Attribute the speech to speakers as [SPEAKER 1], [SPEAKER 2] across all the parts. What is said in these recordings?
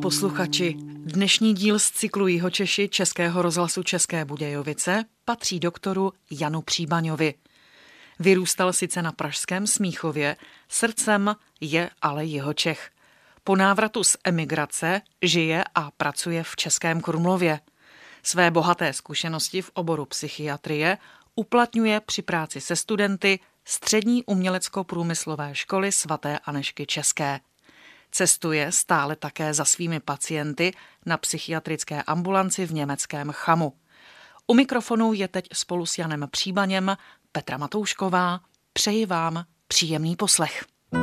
[SPEAKER 1] posluchači, dnešní díl z cyklu Jihočeši Českého rozhlasu České Budějovice patří doktoru Janu Příbaňovi. Vyrůstal sice na pražském Smíchově, srdcem je ale Jihočech. Po návratu z emigrace žije a pracuje v Českém Krumlově. Své bohaté zkušenosti v oboru psychiatrie uplatňuje při práci se studenty Střední umělecko-průmyslové školy svaté Anežky České. Cestuje stále také za svými pacienty na psychiatrické ambulanci v německém Chamu. U mikrofonu je teď spolu s Janem Příbaněm Petra Matoušková. Přeji vám příjemný poslech.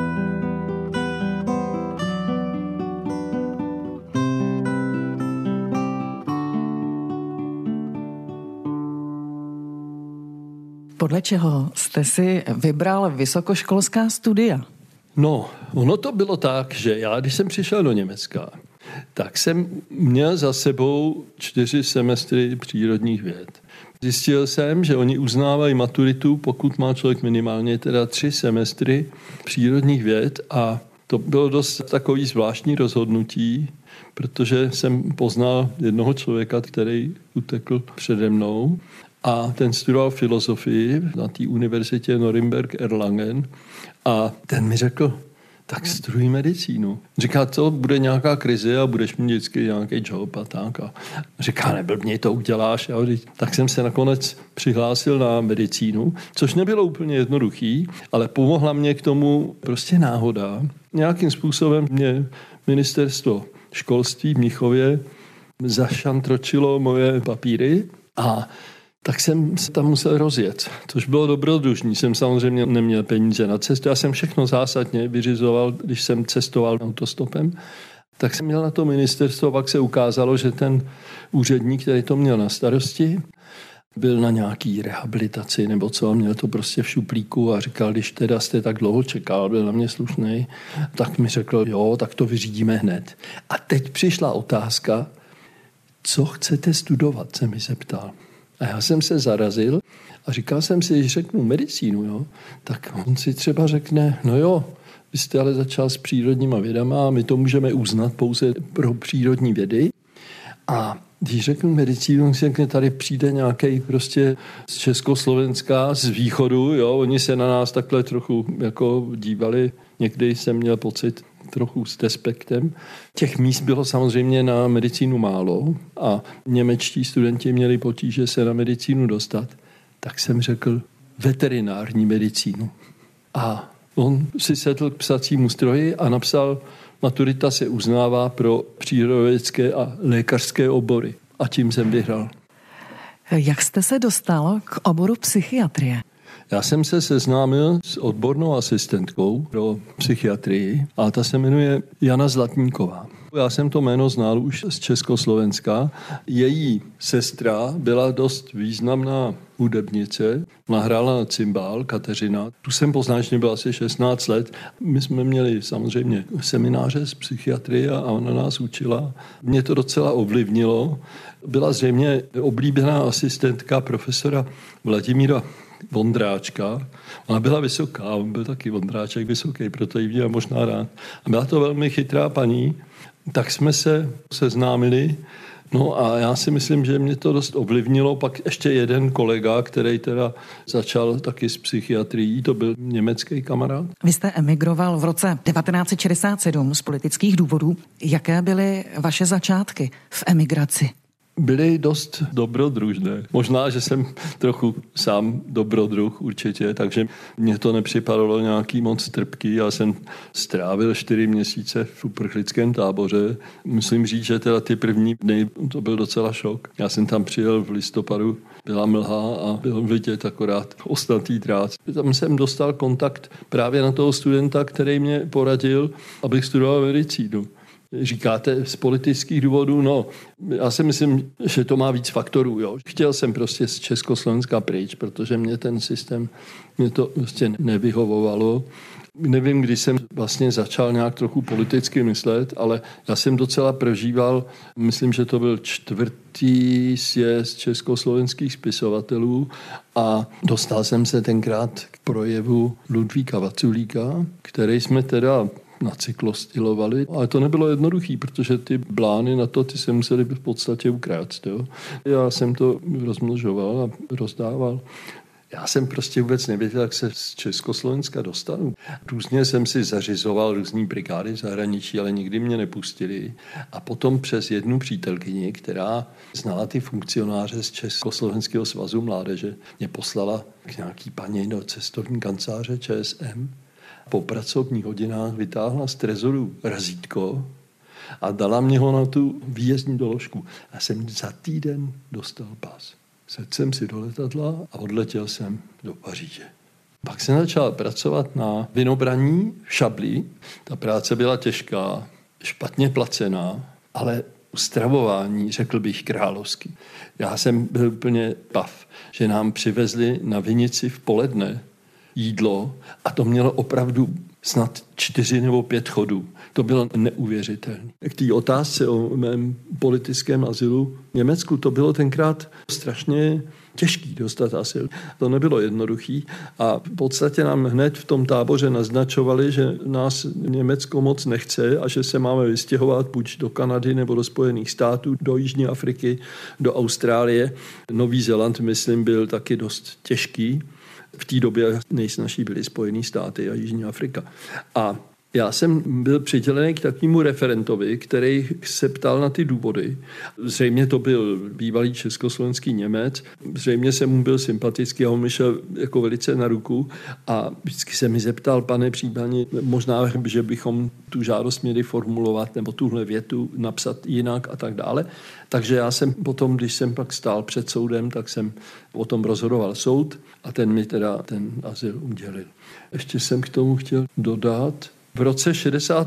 [SPEAKER 1] Podle čeho jste si vybral vysokoškolská studia?
[SPEAKER 2] No, ono to bylo tak, že já, když jsem přišel do Německa, tak jsem měl za sebou 4 semestry přírodních věd. Zjistil jsem, že oni uznávají maturitu, pokud má člověk minimálně teda 3 semestry přírodních věd, a to bylo dost takový zvláštní rozhodnutí, protože jsem poznal jednoho člověka, který utekl přede mnou, a ten studoval filozofii na té univerzitě Norimberg-Erlangen a ten mi řekl, tak studuj medicínu. Říká, co, bude nějaká krize a budeš mít vždycky nějaký job a tak. A říká, neblbni, to uděláš. Tak jsem se nakonec přihlásil na medicínu, což nebylo úplně jednoduchý, ale pomohla mě k tomu prostě náhoda. Nějakým způsobem mě ministerstvo školství v Mnichově zašantročilo moje papíry a tak jsem se tam musel rozjet, což bylo dobrodružný. Jsem samozřejmě neměl peníze na cestu. Já jsem všechno zásadně vyřizoval, když jsem cestoval autostopem. Tak jsem měl na to ministerstvo, pak se ukázalo, že ten úředník, který to měl na starosti, byl na nějaký rehabilitaci nebo co, měl to prostě v šuplíku a říkal, když teda jste tak dlouho čekal, byl na mě slušnej, tak mi řekl, jo, tak to vyřídíme hned. A teď přišla otázka, co chcete studovat, se mi zeptal. A já jsem se zarazil a říkal jsem si, když řeknu medicínu, jo, tak on si třeba řekne, no jo, vy jste ale začal s přírodníma vědama a my to můžeme uznat pouze pro přírodní vědy. A když řeknu medicínu, on si řekne, tady přijde nějaký prostě z Československa, z východu, jo, oni se na nás takhle trochu jako dívali, někdy jsem měl pocit trochu s despektem. Těch míst bylo samozřejmě na medicínu málo a němečtí studenti měli potíže se na medicínu dostat. Tak jsem řekl veterinární medicínu. A on si sedl k psacímu stroji a napsal, maturita se uznává pro přírodovědecké a lékařské obory. A tím jsem vyhrál.
[SPEAKER 1] Jak jste se dostal k oboru psychiatrie?
[SPEAKER 2] Já jsem se seznámil s odbornou asistentkou pro psychiatrii a ta se jmenuje Jana Zlatníková. Já jsem to jméno znal už z Československa. Její sestra byla dost významná hudebnice, nahrála na cymbál, Kateřina. Tu jsem poznal, že byla asi 16 let. My jsme měli samozřejmě semináře z psychiatrie a ona nás učila. Mě to docela ovlivnilo. Byla zřejmě oblíbená asistentka profesora Vladimíra Vondráčka. Ona byla vysoká, on byl taky Vondráček vysoký, proto ji měl možná rád. A byla to velmi chytrá paní, tak jsme se seznámili. No a já si myslím, že mě to dost ovlivnilo. Pak ještě jeden kolega, který teda začal taky s psychiatrií, to byl německý kamarád.
[SPEAKER 1] Vy jste emigroval v roce 1967 z politických důvodů. Jaké byly vaše začátky v emigraci?
[SPEAKER 2] Byly dost dobrodružné. Možná, že jsem trochu sám dobrodruh určitě, takže mně to nepřipadalo nějaký moc trpký. Já jsem strávil 4 měsíce v uprchlickém táboře. Musím říct, že teda ty první dny to byl docela šok. Já jsem tam přijel v listopadu, byla mlha a byl vidět akorát ostnatý drát. Tam jsem dostal kontakt právě na toho studenta, který mě poradil, abych studoval medicínu. Říkáte z politických důvodů, no, já si myslím, že to má víc faktorů, jo. Chtěl jsem prostě z Československa pryč, protože mě ten systém, mě to prostě nevyhovovalo. Nevím, kdy jsem vlastně začal nějak trochu politicky myslet, ale já jsem docela prožíval, myslím, že to byl 4. sjezd československých spisovatelů a dostal jsem se tenkrát k projevu Ludvíka Vaculíka, který jsme teda nacyklostylovali. Ale to nebylo jednoduché, protože ty blány na to, ty se museli v podstatě ukrást. Jo. Já jsem to rozmnožoval a rozdával. Já jsem prostě vůbec nevěděl, jak se z Československa dostanu. Různě jsem si zařizoval různý brigády v zahraničí, ale nikdy mě nepustili. A potom přes jednu přítelkyni, která znala ty funkcionáře z Československého svazu mládeže, mě poslala k nějaký paní do cestovní kanceláře ČSM. Po pracovních hodinách vytáhla z trezoru razítko a dala mě ho na tu výjezdní doložku. A jsem za týden dostal pas. Sedl jsem si do letadla a odletěl jsem do Paříže. Pak jsem začal pracovat na vinobraní v Šabli. Ta práce byla těžká, špatně placená, ale stravování, řekl bych, královský. Já jsem byl úplně pav, že nám přivezli na vinici v poledne jídlo a to mělo opravdu snad 4 nebo 5 chodů. To bylo neuvěřitelné. K té otázce o mém politickém azylu v Německu, to bylo tenkrát strašně těžký dostat azyl. To nebylo jednoduchý a v podstatě nám hned v tom táboře naznačovali, že nás Německo moc nechce a že se máme vystěhovat buď do Kanady nebo do Spojených států, do Jižní Afriky, do Austrálie. Nový Zéland, myslím, byl taky dost těžký. V té době nejsnažší byly Spojené státy a Jižní Afrika. A já jsem byl přidělený k takovému referentovi, který se ptal na ty důvody. Zřejmě to byl bývalý československý Němec, zřejmě jsem mu byl sympatický a on mi šel jako velice na ruku a vždycky se mi zeptal, pane Příbani, možná, že bychom tu žádost měli formulovat nebo tuhle větu napsat jinak a tak dále. Takže já jsem potom, když jsem pak stál před soudem, tak jsem o tom rozhodoval soud a ten mi teda ten azyl udělil. Ještě jsem k tomu chtěl dodat, v roce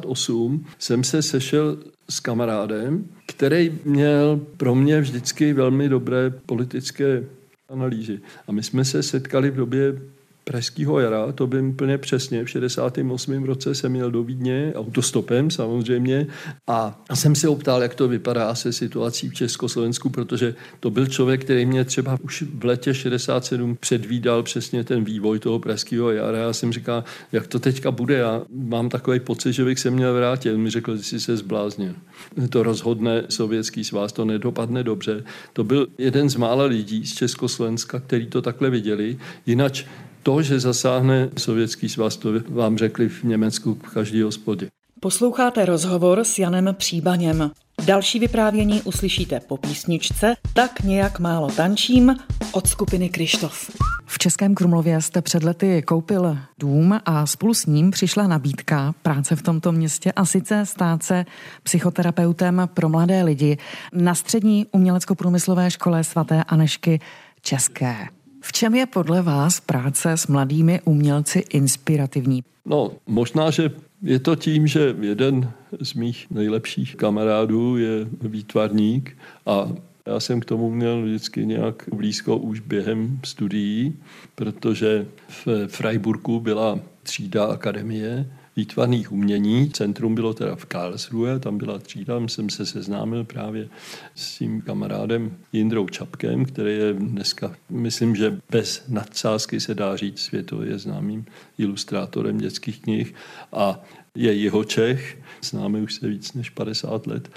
[SPEAKER 2] 68 jsem se sešel s kamarádem, který měl pro mě vždycky velmi dobré politické analýzy. A my jsme se setkali v době Pražského jara, to byl úplně přesně. V 68. roce jsem jel do Vídně autostopem samozřejmě a jsem se optal, jak to vypadá se situací v Československu, protože to byl člověk, který mě třeba už v letě 67 předvídal přesně ten vývoj toho Pražského jara. Já jsem říkal, jak to teďka bude, já mám takový pocit, že bych se měl vrátit. On mi řekl, že jsi se zbláznil. To rozhodne Sovětský svaz, to nedopadne dobře. To byl jeden z mála lidí z Československa, který to takhle viděli. Jinak to, že zasáhne Sovětský svaz, to vám řekli v Německu v každé hospodě.
[SPEAKER 1] Posloucháte rozhovor s Janem Příbaněm. Další vyprávění uslyšíte po písničce Tak nějak málo tančím od skupiny Kryštof. V Českém Krumlově jste před lety koupil dům a spolu s ním přišla nabídka práce v tomto městě a sice stát se psychoterapeutem pro mladé lidi na střední umělecko-průmyslové škole svaté Anežky České. V čem je podle vás práce s mladými umělci inspirativní?
[SPEAKER 2] No, možná, že je to tím, že jeden z mých nejlepších kamarádů je výtvarník a já jsem k tomu měl vždycky nějak blízko už během studií, protože v Freiburgu byla třída akademie výtvarných umění. Centrum bylo teda v Karlsruhe, tam byla třída, jsem se seznámil právě s tím kamarádem Jindrou Čapkem, který je dneska, myslím, že bez nadsázky se dá říct, světově známým ilustrátorem dětských knih a je Jihočech, známe už se víc než 50 let.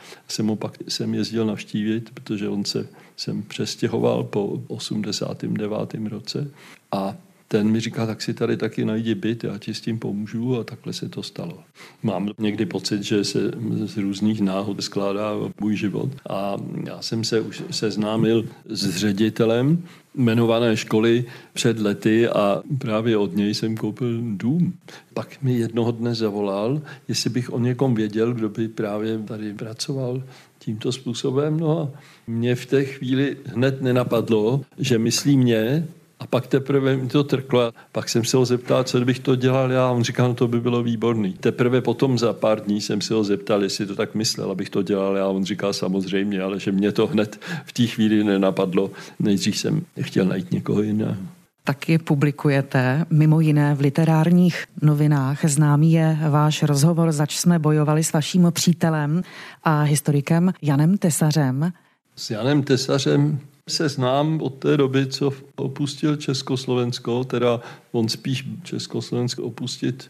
[SPEAKER 2] Jsem jezdil navštívit, protože on se sem přestěhoval po 89. roce a ten mi říká, tak si tady taky najdi byt, já ti s tím pomůžu a takhle se to stalo. Mám někdy pocit, že se z různých náhod skládá můj život a já jsem se už seznámil s ředitelem jmenované školy před lety a právě od něj jsem koupil dům. Pak mi jednoho dne zavolal, jestli bych o někom věděl, kdo by právě tady pracoval tímto způsobem. No a mě v té chvíli hned nenapadlo, že myslí mě. A pak teprve mi to trklo. Pak jsem se ho zeptal, co bych to dělal já. On říkal, no to by bylo výborný. Teprve potom za pár dní jsem se ho zeptal, jestli to tak myslel, abych to dělal já. On říkal samozřejmě, ale že mě to hned v té chvíli nenapadlo. Nejdřív jsem chtěl najít někoho jiného.
[SPEAKER 1] Taky publikujete mimo jiné v literárních novinách. Známý je váš rozhovor, zač jsme bojovali s vaším přítelem a historikem Janem Tesařem.
[SPEAKER 2] S Janem Tesařem se znám od té doby, co opustil Československo, teda on spíš Československo opustit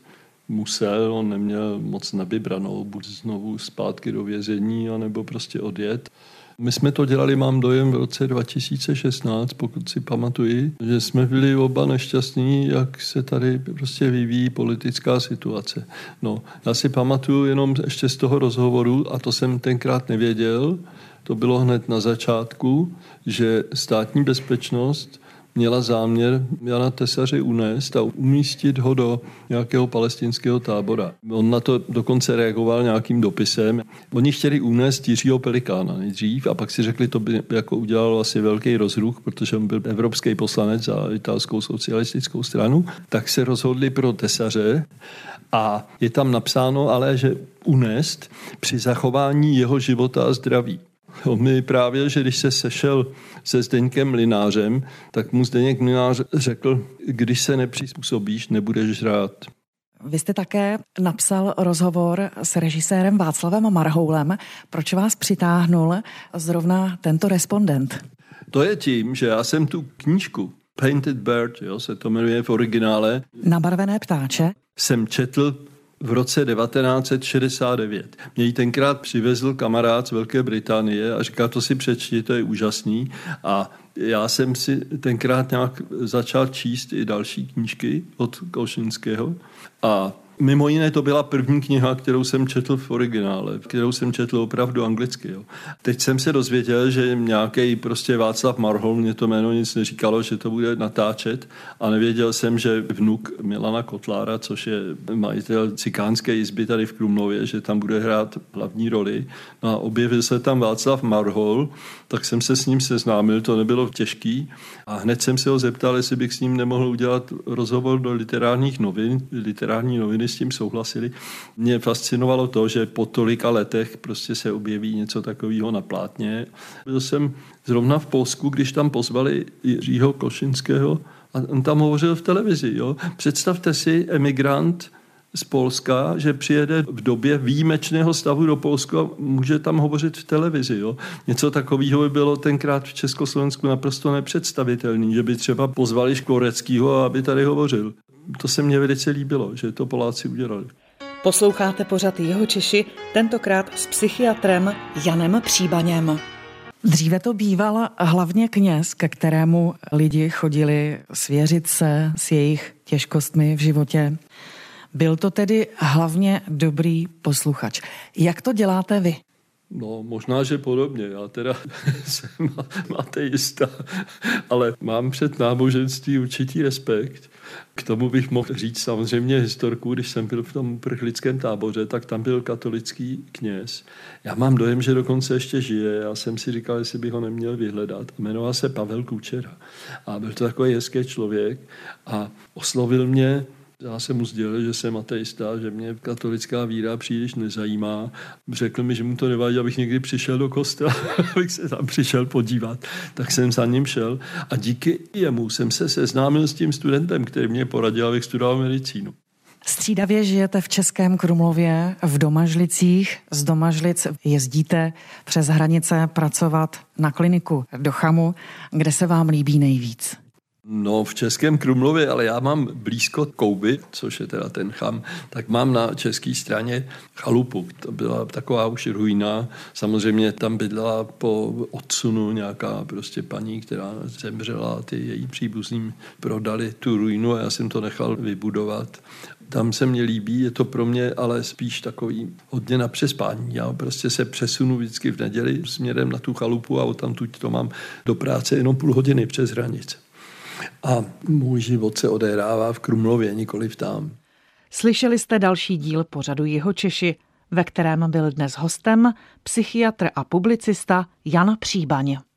[SPEAKER 2] musel, on neměl moc navybranou, buď znovu zpátky do vězení, anebo prostě odjet. My jsme to dělali, mám dojem, v roce 2016, pokud si pamatuji, že jsme byli oba nešťastní, jak se tady prostě vyvíjí politická situace. No, já si pamatuju jenom ještě z toho rozhovoru, a to jsem tenkrát nevěděl, to bylo hned na začátku, že Státní bezpečnost měla záměr Jana Tesaře unést a umístit ho do nějakého palestinského tábora. On na to dokonce reagoval nějakým dopisem. Oni chtěli unést Jiřího Pelikána nejdřív a pak si řekli, to by jako udělalo asi velký rozruch, protože on byl evropský poslanec za italskou socialistickou stranu, tak se rozhodli pro Tesaře a je tam napsáno ale, že unést při zachování jeho života a zdraví. On mi právě, že když se sešel se Zdeňkem Mlynářem, tak mu Zdeněk Mlynář řekl, když se nepřizpůsobíš, nebudeš žrát.
[SPEAKER 1] Vy jste také napsal rozhovor s režisérem Václavem Marhoulem. Proč vás přitáhnul zrovna tento respondent?
[SPEAKER 2] To je tím, že já jsem tu knížku Painted Bird, se to jmenuje v originále.
[SPEAKER 1] Nabarvené ptáče.
[SPEAKER 2] Jsem četl v roce 1969. Mě ji tenkrát přivezl kamarád z Velké Británie a říkal, to si přečti, to je úžasný. A já jsem si tenkrát nějak začal číst i další knížky od Košinského. A mimo jiné to byla první kniha, kterou jsem četl v originále, kterou jsem četl opravdu anglicky. Jo. Teď jsem se dozvěděl, že nějaký prostě Václav Marhoul, mě to jméno nic neříkalo, že to bude natáčet a nevěděl jsem, že vnuk Milana Kotlára, což je majitel cikánské izby tady v Krumlově, že tam bude hrát hlavní roli. No a objevil se tam Václav Marhoul, tak jsem se s ním seznámil, to nebylo těžký a hned jsem se ho zeptal, jestli bych s ním nemohl udělat rozhovor do literárních novin. Literární noviny s tím souhlasili. Mě fascinovalo to, že po tolika letech prostě se objeví něco takového na plátně. Byl jsem zrovna v Polsku, když tam pozvali Jiřího Košinského a on tam hovořil v televizi. Jo. Představte si, emigrant z Polska, že přijede v době výjimečného stavu do Polska a může tam hovořit v televizi. Jo. Něco takového by bylo tenkrát v Československu naprosto nepředstavitelné, že by třeba pozvali Škvoreckýho, aby tady hovořil. To se mně velice líbilo, že to Poláci udělali.
[SPEAKER 1] Posloucháte pořad Jihočeši, tentokrát s psychiatrem Janem Příbaněm. Dříve to býval hlavně kněz, ke kterému lidi chodili svěřit se s jejich těžkostmi v životě. Byl to tedy hlavně dobrý posluchač. Jak to děláte vy?
[SPEAKER 2] No, možná, že podobně. Já teda jsem ateista, ale mám před náboženství určitý respekt. K tomu bych mohl říct samozřejmě historku, když jsem byl v tom uprchlickém táboře, tak tam byl katolický kněz. Já mám dojem, že dokonce ještě žije. Já jsem si říkal, jestli bych ho neměl vyhledat. Jmenoval se Pavel Kučera. A byl to takový hezký člověk a oslovil mě. Já jsem mu sdělil, že jsem ateista, že mě katolická víra příliš nezajímá. Řekl mi, že mu to nevadí, abych někdy přišel do kostela, abych se tam přišel podívat. Tak jsem za ním šel a díky jemu jsem se seznámil s tím studentem, který mě poradil, abych studoval medicínu.
[SPEAKER 1] Střídavě žijete v Českém Krumlově, v Domažlicích. Z Domažlic jezdíte přes hranice pracovat na kliniku do Chamu. Kde se vám líbí nejvíc?
[SPEAKER 2] No, v Českém Krumlově, ale já mám blízko Kouby, což je teda ten Cham, tak mám na české straně chalupu. To byla taková už ruina. Samozřejmě tam bydlela po odsunu nějaká prostě paní, která zemřela, ty její příbuzní prodali tu ruinu a já jsem to nechal vybudovat. Tam se mně líbí, je to pro mě ale spíš takový hodně na přespání. Já prostě se přesunu vždycky v neděli směrem na tu chalupu a odtamtud to mám do práce jenom půl hodiny přes hranice. A můj život se odehrává v Krumlově, nikoliv tam.
[SPEAKER 1] Slyšeli jste další díl pořadu Jihočeši, ve kterém byl dnes hostem psychiatr a publicista Jan Příbaň.